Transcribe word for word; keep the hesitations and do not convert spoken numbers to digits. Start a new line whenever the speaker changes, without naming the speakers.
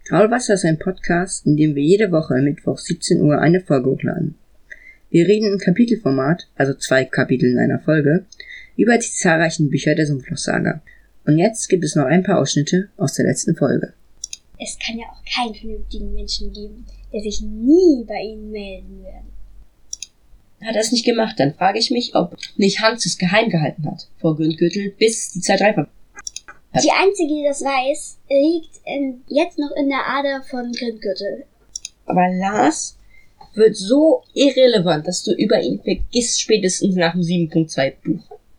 Graulwasser ist ein Podcast, in dem wir jede Woche Mittwoch siebzehn Uhr eine Folge hochladen. Wir reden im Kapitelformat, also zwei Kapitel in einer Folge, über die zahlreichen Bücher der Sumpfloch-Saga. Und jetzt gibt es noch ein paar Ausschnitte aus der letzten Folge.
Es kann ja auch keinen vernünftigen Menschen geben, der sich nie bei Ihnen melden wird.
Hat er es nicht gemacht, dann frage ich mich, ob nicht Hans es geheim gehalten hat vor Gründgürtel, bis die Zeit reif war.
Die Einzige, die das weiß, liegt in, jetzt noch in der Ader von Gründgürtel.
Aber Lars wird so irrelevant, dass du über ihn vergisst, spätestens nach dem sieben Punkt zwei Buch.